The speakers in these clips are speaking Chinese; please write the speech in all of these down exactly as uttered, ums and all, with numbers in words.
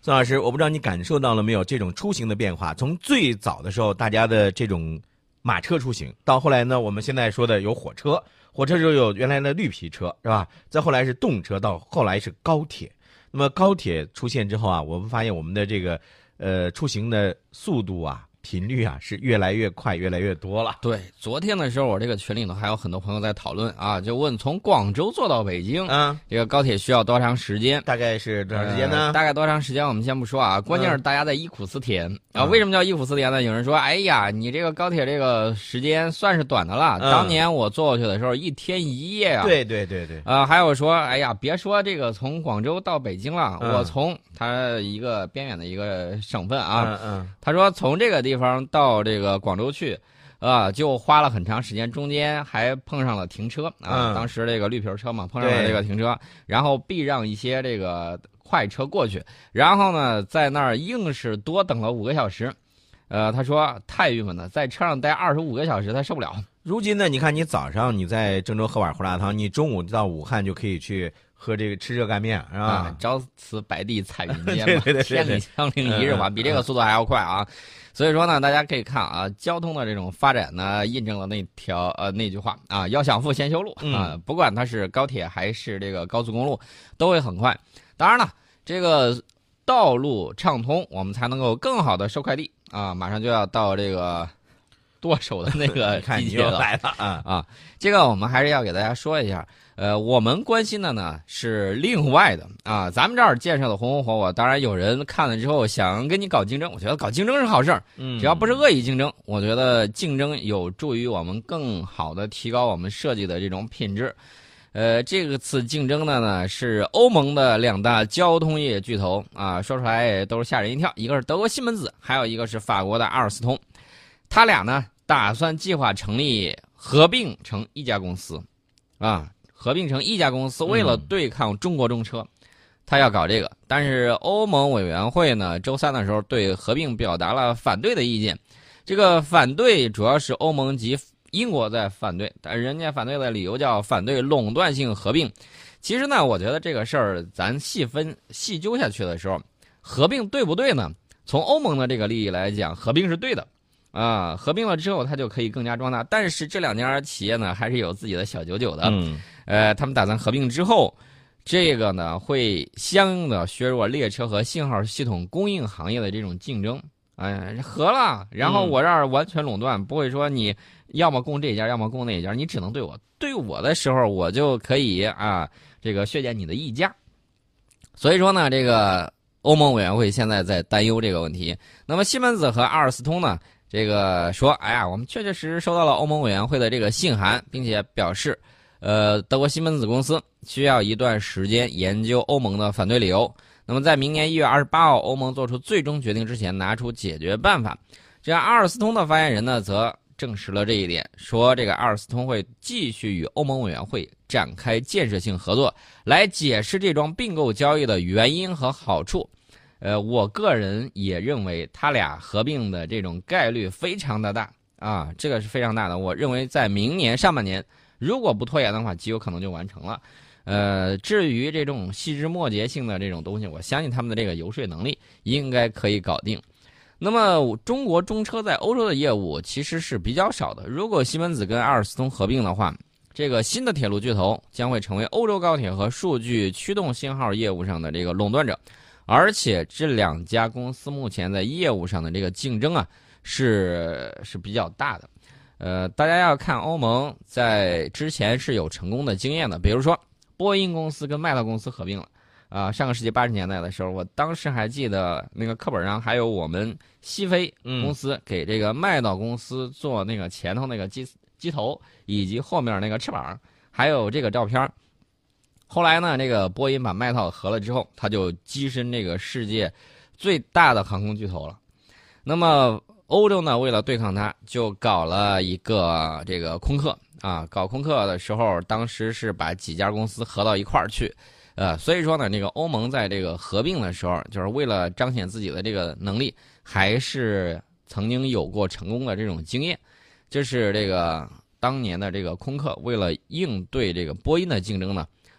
宋老师，我不知道你感受到了没有这种出行的变化？从最早的时候，大家的这种马车出行，到后来呢，我们现在说的有火车，火车就有原来的绿皮车，是吧？再后来是动车，到后来是高铁。那么高铁出现之后啊，我们发现我们的这个呃出行的速度啊、频率啊是越来越快、越来越多了。 对，昨天的时候，我这个群里头还有很多朋友在讨论啊，就问从广州坐到北京， 嗯， 这个高铁需要多长时间？ 大概是多长时间呢？ 呃、大概多长时间我们先不说啊，关键是大家在忆苦思甜、 嗯、 啊。为什么叫忆苦思甜呢？有人说，哎呀，你这个高铁这个时间算是短的了。 嗯、 当年我坐过去的时候，一天一夜啊。 对对对对。 啊、呃，还有说，哎呀，别说这个从广州到北京了， 嗯、 我从它一个边远的一个省份啊， 嗯嗯， 他说从这个地方到这个广州去。啊，就花了很长时间，中间还碰上了停车啊。 嗯、 当时这个绿皮车嘛，碰上了这个停车，然后避让一些这个快车过去，然后呢，在那儿硬是多等了五个小时。呃，他说太郁闷了，在车上待二十五个小时，他受不了。 如今呢，你看你早上你在郑州喝碗胡辣汤，你中午到武汉就可以去喝这个吃热干面，是吧？ 啊，朝辞白帝彩云间嘛， 对对对对千里相邻一日嘛，比这个速度还要快啊。所以说呢，大家可以看啊，交通的这种发展呢，印证了那条呃那句话啊，要想富先修路啊，不管它是高铁还是这个高速公路，都会很快。当然了，这个道路畅通，我们才能够更好的收快递啊。马上就要到这个剁手的那个季节了， 来了啊啊！这个我们还是要给大家说一下。呃，我们关心的呢是另外的啊，咱们这儿建设的红红火火，当然有人看了之后想跟你搞竞争，我觉得搞竞争是好事儿， 嗯， 只要不是恶意竞争，我觉得竞争有助于我们更好的提高我们设计的这种品质。呃，这个次竞争的呢是欧盟的两大交通业巨头啊，说出来都是吓人一跳，一个是德国西门子，还有一个是法国的阿尔斯通，他俩呢打算计划成立合并成一家公司，啊。合并成一家公司，为了对抗中国中车，嗯、他要搞这个。但是欧盟委员会呢，周三的时候对合并表达了反对的意见。这个反对主要是欧盟及英国在反对，但人家反对的理由叫反对垄断性合并。其实呢，我觉得这个事儿咱细分细究下去的时候，合并对不对呢？从欧盟的这个利益来讲，合并是对的。啊，合并了之后，它就可以更加壮大。但是这两家企业呢，还是有自己的小九九的。 嗯， 呃，他们打算合并之后，这个呢会相应的削弱列车和信号系统供应行业的这种竞争。哎，合了，然后我这儿完全垄断，嗯、不会说你要么供这家，要么供那家，你只能对我对我的时候，我就可以啊，这个削减你的溢价。所以说呢，这个欧盟委员会现在在担忧这个问题。那么西门子和阿尔斯通呢？这个说，哎呀，我们确确实实收到了欧盟委员会的这个信函，并且表示，呃，德国西门子公司需要一段时间研究欧盟的反对理由。那么，在明年一月二十八号，欧盟做出最终决定之前，拿出解决办法。这样，阿尔斯通的发言人呢，则证实了这一点，说这个阿尔斯通会继续与欧盟委员会展开建设性合作，来解释这桩并购交易的原因和好处。呃，我个人也认为他俩合并的这种概率非常的大啊，这个是非常大的。我认为在明年上半年，如果不拖延的话，极有可能就完成了。呃，至于这种细枝末节性的这种东西，我相信他们的这个游说能力应该可以搞定。那么，中国中车在欧洲的业务其实是比较少的。如果西门子跟阿尔斯通合并的话，这个新的铁路巨头将会成为欧洲高铁和数据驱动信号业务上的这个垄断者。而且这两家公司目前在业务上的这个竞争啊，是是比较大的。呃，大家要看欧盟在之前是有成功的经验的，比如说波音公司跟麦道公司合并了啊、呃。上个世纪八十年代的时候，我当时还记得那个课本上还有我们西飞公司给这个麦道公司做那个前头那个机机头以及后面那个翅膀，还有这个照片。后来呢，这个波音把麦道合了之后，它就跻身这个世界最大的航空巨头了。那么欧洲呢，为了对抗它，就搞了一个这个空客啊。搞空客的时候，当时是把几家公司合到一块儿去，呃，所以说呢，这个欧盟在这个合并的时候，就是为了彰显自己的这个能力，还是曾经有过成功的这种经验。就是这个当年的这个空客，为了应对这个波音的竞争呢。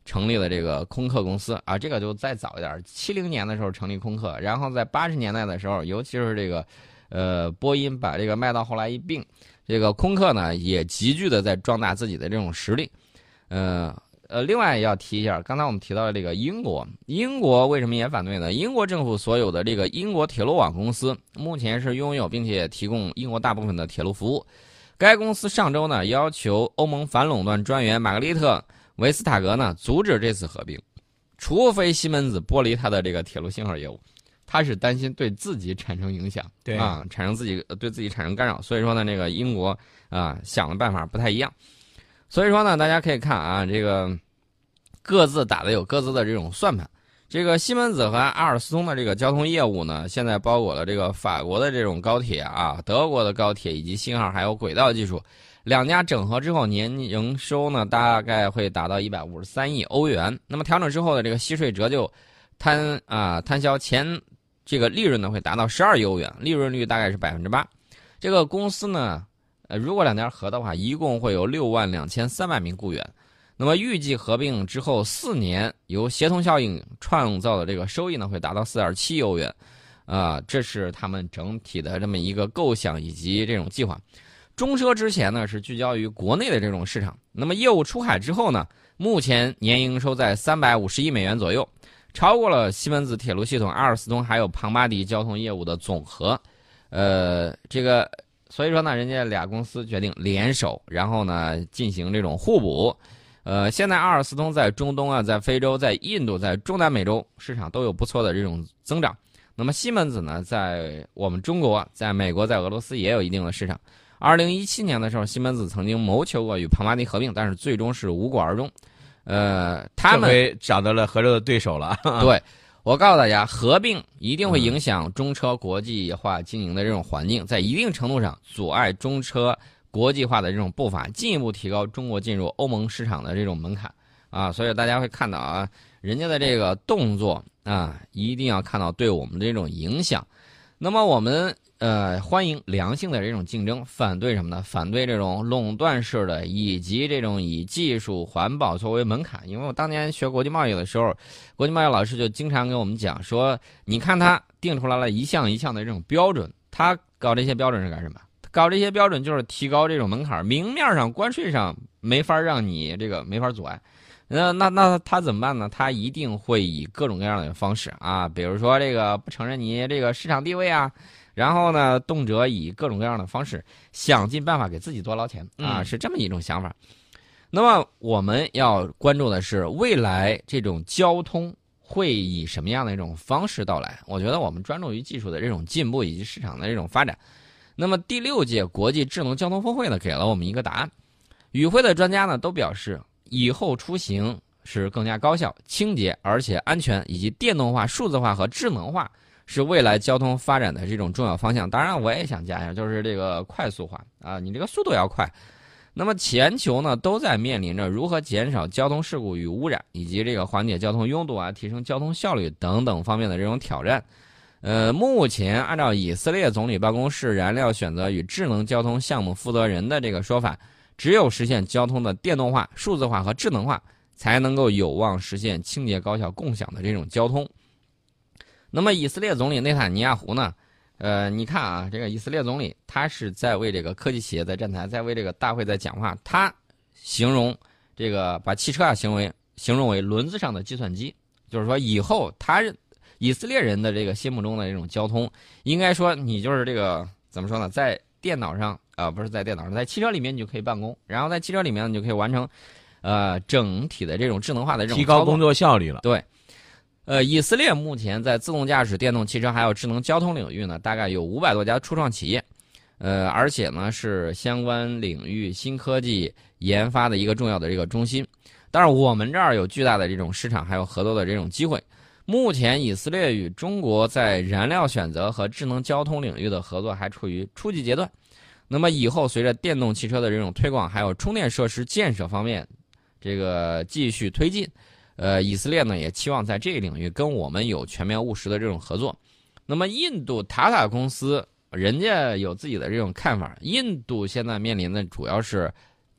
成立了这个空客公司啊，这个就再早一点，七零年的时候成立空客，然后在八十年代的时候，尤其是这个，呃，波音把这个卖到后来一并，这个空客呢也急剧的在壮大自己的这种实力，呃呃，另外也要提一下，刚才我们提到的这个英国，英国为什么也反对呢？英国政府所有的这个英国铁路网公司，目前是拥有并且提供英国大部分的铁路服务。该公司上周呢要求欧盟反垄断专员玛格丽特·维斯塔格呢阻止这次合并，除非西门子剥离他的这个铁路信号业务，他是担心对自己产生影响， 对啊，产生自己对自己产生干扰，所以说呢，这个英国啊想的办法不太一样，所以说呢，大家可以看啊，这个各自打的有各自的这种算盘。这个西门子和阿尔斯通的这个交通业务呢，现在包裹了这个法国的这种高铁啊、德国的高铁以及信号还有轨道技术，两家整合之后，年营收呢大概会达到一百五十三亿欧元。那么调整之后的这个息税折旧摊啊摊销前这个利润呢会达到十二亿欧元，利润率大概是百分之八。这个公司呢，呃，如果两家合的话，一共会有六万两千三百名雇员。那么预计合并之后四年，由协同效应创造的这个收益呢，会达到四点七亿欧元，啊、呃，这是他们整体的这么一个构想以及这种计划。中车之前呢是聚焦于国内的这种市场，那么业务出海之后呢，目前年营收在三百五十亿美元左右，超过了西门子铁路系统、阿尔斯通还有庞巴迪交通业务的总和，呃，这个所以说呢，人家俩公司决定联手，然后呢进行这种互补。呃，现在阿尔斯通在中东啊，在非洲、在印度、在中南美洲市场都有不错的这种增长。那么西门子呢，在我们中国、在美国、在俄罗斯也有一定的市场。二零一七年的时候，西门子曾经谋求过与庞巴迪合并，但是最终是无果而终。呃，他们这回找到了合作的对手了。 对，我告诉大家，合并一定会影响中车国际化经营的这种环境，在一定程度上阻碍中车国际化的这种步伐，进一步提高中国进入欧盟市场的这种门槛啊，所以大家会看到啊，人家的这个动作啊，一定要看到对我们的这种影响。那么我们呃欢迎良性的这种竞争，反对什么呢？反对这种垄断式的，以及这种以技术环保作为门槛。因为我当年学国际贸易的时候，国际贸易老师就经常跟我们讲说，你看他定出来了一项一项的这种标准，他搞这些标准是干什么？搞这些标准就是提高这种门槛，明面上关税上没法让你这个没法阻碍，那那那他怎么办呢？他一定会以各种各样的方式啊，比如说这个不承认你这个市场地位啊，然后呢，动辄以各种各样的方式想尽办法给自己多捞钱啊， 嗯、 是这么一种想法。那么我们要关注的是未来这种交通会以什么样的一种方式到来？我觉得我们专注于技术的这种进步以及市场的这种发展。那么第六届国际智能交通峰会呢，给了我们一个答案。与会的专家呢都表示，以后出行是更加高效、清洁而且安全，以及电动化、数字化和智能化是未来交通发展的这种重要方向。当然，我也想加一下，就是这个快速化啊，你这个速度要快。那么全球呢都在面临着如何减少交通事故与污染，以及这个缓解交通拥堵啊、提升交通效率等等方面的这种挑战。呃，目前按照以色列总理办公室燃料选择与智能交通项目负责人的这个说法，只有实现交通的电动化、数字化和智能化，才能够有望实现清洁、高效、共享的这种交通。那么以色列总理内塔尼亚胡呢？呃，你看啊，这个以色列总理他是在为这个科技企业在站台，在为这个大会在讲话。他形容这个把汽车啊行为形容为轮子上的计算机，就是说以后他以色列人的这个心目中的这种交通，应该说你就是这个怎么说呢，在电脑上啊、呃，不是在电脑上，在汽车里面你就可以办公，然后在汽车里面你就可以完成呃整体的这种智能化的这种提高工作效率了。 对，呃，以色列目前在自动驾驶、电动汽车还有智能交通领域呢，大概有五百多家初创企业，呃，而且呢是相关领域新科技研发的一个重要的这个中心。当然，我们这儿有巨大的这种市场还有合作的这种机会。目前，以色列与中国在燃料选择和智能交通领域的合作还处于初级阶段。那么以后，随着电动汽车的这种推广，还有充电设施建设方面，这个继续推进，呃，以色列呢也期望在这一领域跟我们有全面务实的这种合作。那么，印度塔塔公司人家有自己的这种看法。印度现在面临的主要是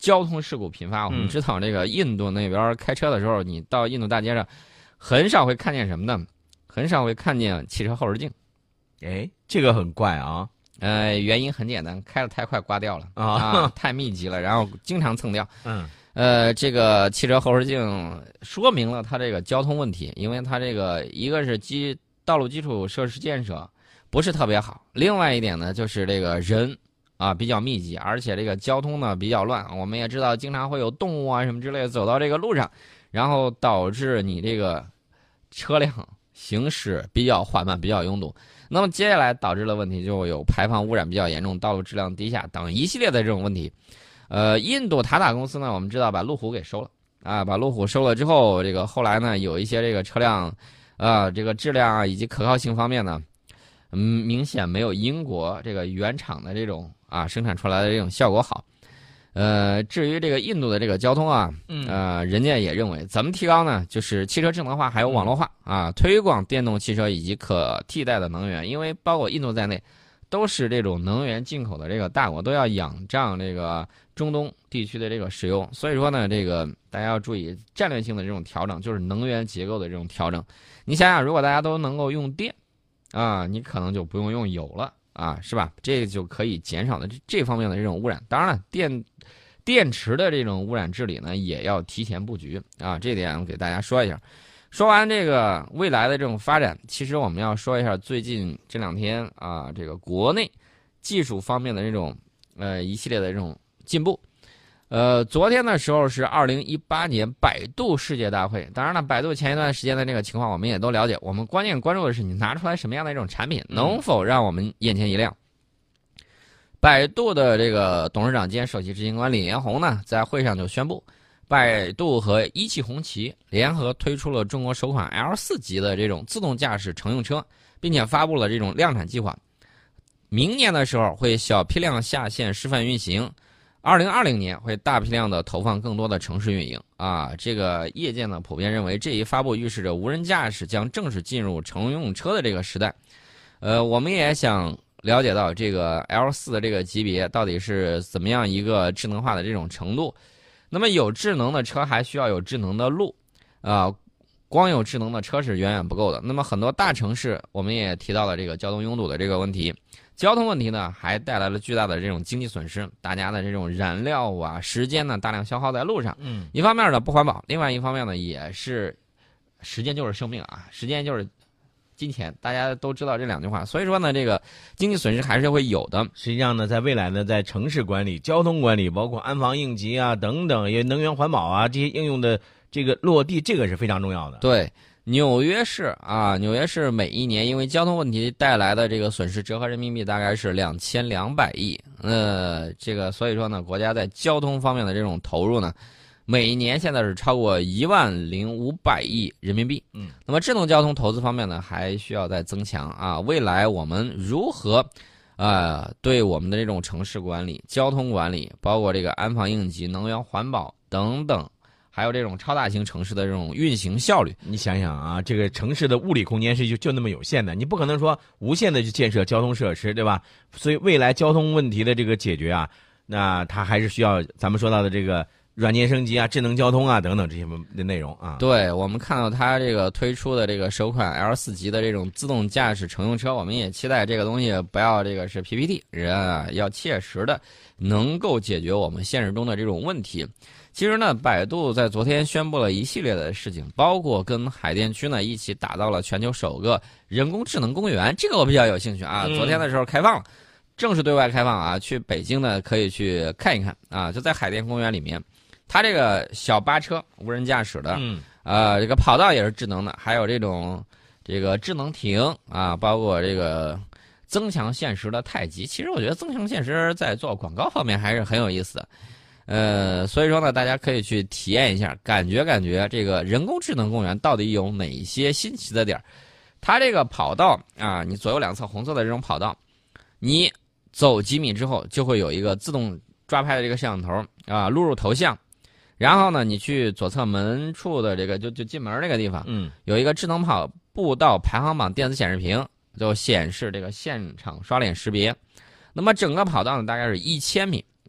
交通事故频发。我们知道这个印度那边开车的时候，你到印度大街上，很少会看见什么呢？很少会看见汽车后视镜。 哎，这个很怪啊。 呃，原因很简单，开得太快刮掉了啊啊，太密集了，然后经常蹭掉。 嗯。 呃，这个汽车后视镜说明了它这个交通问题，因为它这个一个是基道路基础设施建设不是特别好，另外一点呢就是这个人啊比较密集，而且这个交通呢比较乱。我们也知道，经常会有动物啊什么之类的走到这个路上，然后导致你这个车辆行驶比较缓慢、比较拥堵。那么接下来导致的问题就有排放污染比较严重、道路质量低下等一系列的这种问题。呃，印度塔塔公司呢，我们知道把路虎给收了啊，把路虎收了之后，这个后来呢，有一些这个车辆，啊，这个质量啊以及可靠性方面呢，嗯，明显没有英国这个原厂的这种啊生产出来的这种效果好。呃，至于这个印度的这个交通啊，呃，人家也认为怎么提高呢？就是汽车智能化还有网络化啊，推广电动汽车以及可替代的能源，因为包括印度在内。都是这种能源进口的这个大国，都要仰仗这个中东地区的这个石油，所以说呢，这个大家要注意战略性的这种调整，就是能源结构的这种调整。你想想，如果大家都能够用电，啊，你可能就不用用油了啊，是吧？这个就可以减少的这这方面的这种污染。当然了，电电池的这种污染治理呢，也要提前布局啊，这点我给大家说一下。说完这个未来的这种发展，其实我们要说一下最近这两天啊，这个国内技术方面的这种呃一系列的这种进步。呃，昨天的时候是二零一八年百度世界大会，当然了，百度前一段时间的这个情况我们也都了解，我们关键关注的是你拿出来什么样的一种产品，能否让我们眼前一亮。百度的这个董事长兼首席执行官李彦宏呢，在会上就宣布。百度和一汽红旗联合推出了中国首款 L 四 级的这种自动驾驶乘用车，并且发布了这种量产计划。明年的时候会小批量下线示范运行，二零二零年会大批量的投放更多的城市运营。啊，这个业界呢普遍认为这一发布预示着无人驾驶将正式进入乘用车的这个时代。呃，我们也想了解到这个 L 四 的这个级别到底是怎么样一个智能化的这种程度。那么有智能的车还需要有智能的路，啊、呃，光有智能的车是远远不够的。那么很多大城市，我们也提到了这个交通拥堵的这个问题，交通问题呢还带来了巨大的这种经济损失，大家的这种燃料啊、时间呢大量消耗在路上。 嗯， 一方面呢不环保，另外一方面呢也是时间就是生命啊，时间就是金钱，大家都知道这两句话，所以说呢，这个经济损失还是会有的。 实际上呢，在未来呢，在城市管理、交通管理，包括安防应急啊等等，也能源环保啊这些应用的这个落地，这个是非常重要的。 对，纽约市啊，纽约市每一年因为交通问题带来的这个损失，折合人民币大概是两千两百亿。呃，这个所以说呢，国家在交通方面的这种投入呢。每一年现在是超过一万零五百亿人民币。 嗯， 那么智能交通投资方面呢，还需要再增强啊。未来我们如何，呃，对我们的这种城市管理、交通管理，包括这个安防应急、能源环保等等，还有这种超大型城市的这种运行效率。 你想想啊，这个城市的物理空间是就就那么有限的，你不可能说无限的去建设交通设施，对吧？所以未来交通问题的这个解决啊，那它还是需要咱们说到的这个。软件升级啊，智能交通啊，等等这些的内容啊。 对，我们看到它这个推出的这个首款 L 四 级的这种自动驾驶乘用车，我们也期待这个东西不要这个是 P P T， 人啊要切实的能够解决我们现实中的这种问题。其实呢，百度在昨天宣布了一系列的事情，包括跟海淀区呢一起打造了全球首个人工智能公园，这个我比较有兴趣啊。 嗯、 昨天的时候开放了，正式对外开放啊，去北京呢可以去看一看啊，就在海淀公园里面。它这个小巴车无人驾驶的， 嗯， 呃，这个跑道也是智能的，还有这种这个智能停啊，包括这个增强现实的太极。其实我觉得增强现实在做广告方面还是很有意思的，呃，所以说呢，大家可以去体验一下，感觉感觉这个人工智能公园到底有哪些新奇的点儿。它这个跑道啊，你左右两侧红色的这种跑道，你走几米之后就会有一个自动抓拍的这个摄像头啊，录入头像。然后呢，你去左侧门处的这个就就进门那个地方， 嗯， 有一个智能跑步道排行榜电子显示屏，就显示这个现场刷脸识别。那么整个跑道呢，大概是一千米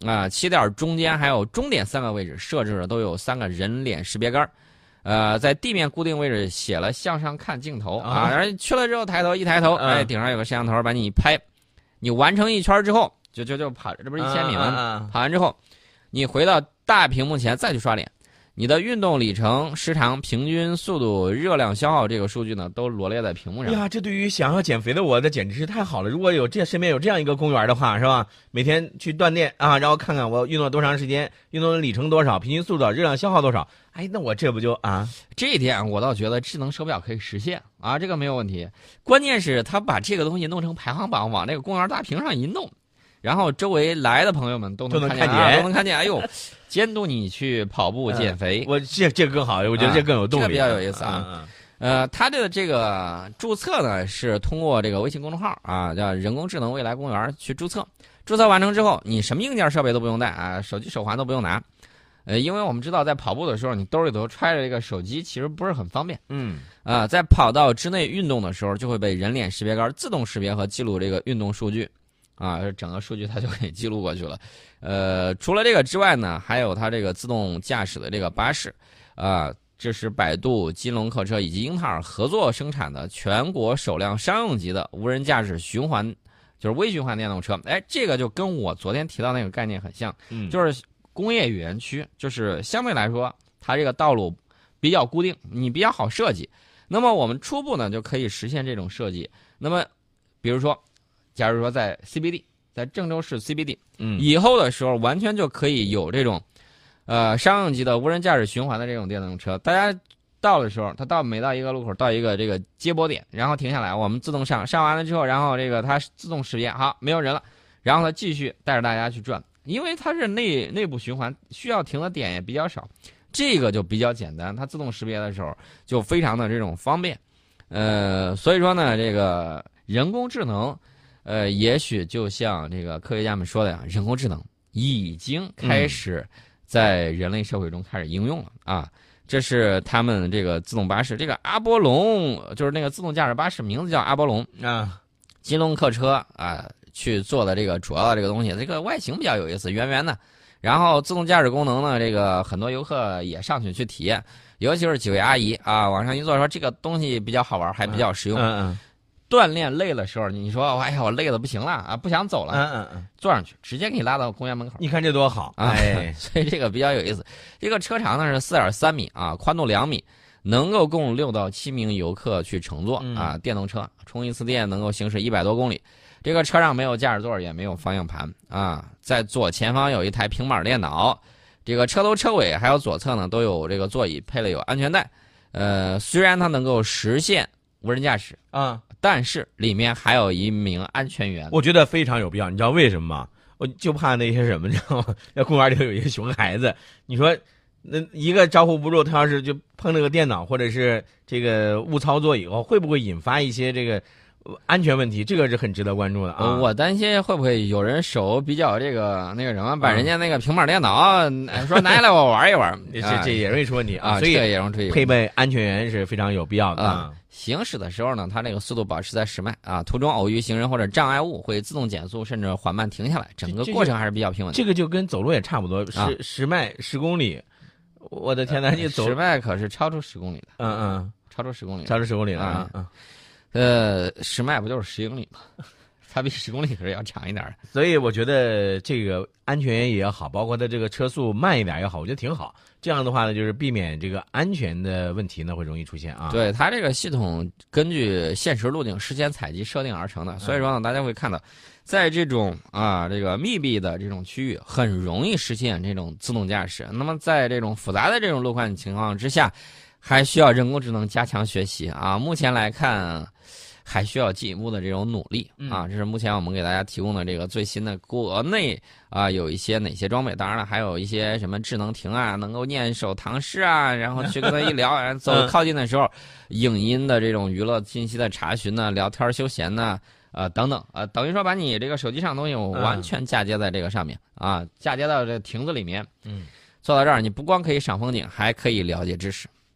啊，起点中间还有终点三个位置设置的都有三个人脸识别杆，呃，在地面固定位置写了向上看镜头啊，然后去了之后抬头一抬头， 嗯、 哎，顶上有个摄像头把你一拍，你完成一圈之后，就就就跑，这不是一千米吗？ 嗯嗯、 跑完之后，你回到大屏幕前再去刷脸。你的运动里程、时长、平均速度、热量消耗这个数据呢，都罗列在屏幕上。 哎呀，这对于想要减肥的我，那简直是太好了！如果有这身边有这样一个公园的话，是吧？每天去锻炼啊，然后看看我运动了多长时间，运动的里程多少，平均速度、热量消耗多少。哎，那我这不就啊？ 这一点我倒觉得智能手表可以实现啊，这个没有问题。关键是他把这个东西弄成排行榜，往那个公园大屏上一弄。然后周围来的朋友们都能看见， 都能看见， 啊、都能看见。哎呦，监督你去跑步减肥， 嗯、我这这更好，我觉得这更有动力， 啊、这个比较有意思啊。 嗯、 呃，它的这个注册呢是通过这个微信公众号啊，叫人工智能未来公园去注册。注册完成之后，你什么硬件设备都不用带啊，手机手环都不用拿。呃，因为我们知道在跑步的时候，你兜里头揣着这个手机其实不是很方便。 嗯。 啊、呃，在跑道之内运动的时候，就会被人脸识别杆自动识别和记录这个运动数据。啊，整个数据它就给记录过去了。呃，除了这个之外呢，还有它这个自动驾驶的这个巴士，啊，这是百度、金龙客车以及英特尔合作生产的全国首辆商用级的无人驾驶循环，就是微循环电动车。哎，这个就跟我昨天提到那个概念很像， 嗯， 就是工业园区，就是相对来说它这个道路比较固定，你比较好设计。那么我们初步呢就可以实现这种设计。那么，比如说。假如说在 C B D， 在郑州市 C B D， 嗯， 以后的时候完全就可以有这种，呃，商用级的无人驾驶循环的这种电动车。大家到的时候，它到每到一个路口，到一个这个接驳点，然后停下来，我们自动上，上完了之后，然后这个它自动识别，好，没有人了，然后它继续带着大家去转，因为它是内内部循环，需要停的点也比较少，这个就比较简单，它自动识别的时候就非常的这种方便，呃，所以说呢，这个人工智能。呃，也许就像这个科学家们说的呀，人工智能已经开始在人类社会中开始应用了、嗯、啊。这是他们这个自动巴士，这个阿波龙就是那个自动驾驶巴士，名字叫阿波龙啊。 金龙客车啊去做的这个主要的这个东西，这个外形比较有意思，圆圆的。然后自动驾驶功能呢，这个很多游客也上去去体验，尤其是几位阿姨啊，往上一坐说这个东西比较好玩，还比较实用。 嗯嗯。 锻炼累的时候，你说哎呀，我累的不行了啊，不想走了。 嗯嗯嗯， 坐上去，直接给你拉到公园门口。 你看这多好，哎， 所以这个比较有意思。这个车长呢是四点三米啊，宽度两米，能够供六到七名游客去乘坐、嗯、啊。电动车充一次电能够行驶一百多公里。这个车上没有驾驶座，也没有方向盘啊，在左前方有一台平板电脑。这个车头车尾还有左侧呢都有这个座椅，配了有安全带。呃，虽然它能够实现无人驾驶啊。 但是里面还有一名安全员， 我觉得非常有必要。你知道为什么吗？我就怕那些什么，你知道吗？在公园里头有一个熊孩子，你说那一个招呼不住，他要是就碰那个电脑或者是这个误操作以后，会不会引发一些这个安全问题？这个是很值得关注的啊。 我担心会不会有人手比较这个那个什么，把人家那个平板电脑、嗯、说拿下来我玩一玩， 这这也容易出问题啊。 所以这也容易出问题。 配备安全员是非常有必要的啊。行驶的时候呢，它这个速度保持在十迈啊，途中偶遇行人或者障碍物会自动减速，甚至缓慢停下来，整个过程还是比较平稳的。 这个就跟走路也差不多，十、 啊、 十迈十公里，我的天哪，你走十迈可是超出十公里的， 嗯嗯， 超出十公里， 超出十公里了啊， 嗯， 呃，十迈不就是十英里吗？它比十公里可是要长一点的。 所以我觉得这个安全也好，包括它这个车速慢一点也好，我觉得挺好。这样的话呢，就是避免这个安全的问题呢会容易出现啊。 对，它这个系统根据现实路径事先采集设定而成的，所以说呢，大家会看到，在这种啊这个密闭的这种区域，很容易实现这种自动驾驶。那么在这种复杂的这种路况情况之下，还需要人工智能加强学习啊。目前来看，还需要进一步的这种努力啊，这是目前我们给大家提供的这个最新的国内啊有一些哪些装备，当然了，还有一些什么智能亭啊，能够念首唐诗啊，然后去跟他一聊，走靠近的时候，影音的这种娱乐信息的查询呢，聊天休闲呢，呃等等啊，等于说把你这个手机上的东西完全嫁接在这个上面啊，嫁接到这亭子里面， 嗯， 坐到这儿，你不光可以赏风景，还可以了解知识。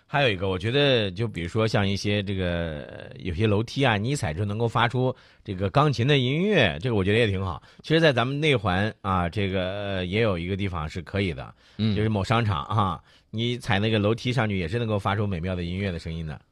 还有一个，我觉得就比如说像一些这个呃有些楼梯啊，你一踩就能够发出这个钢琴的音乐，这个我觉得也挺好。其实，在咱们内环啊，这个、呃、也有一个地方是可以的， 嗯， 就是某商场啊，你踩那个楼梯上去也是能够发出美妙的音乐的声音的。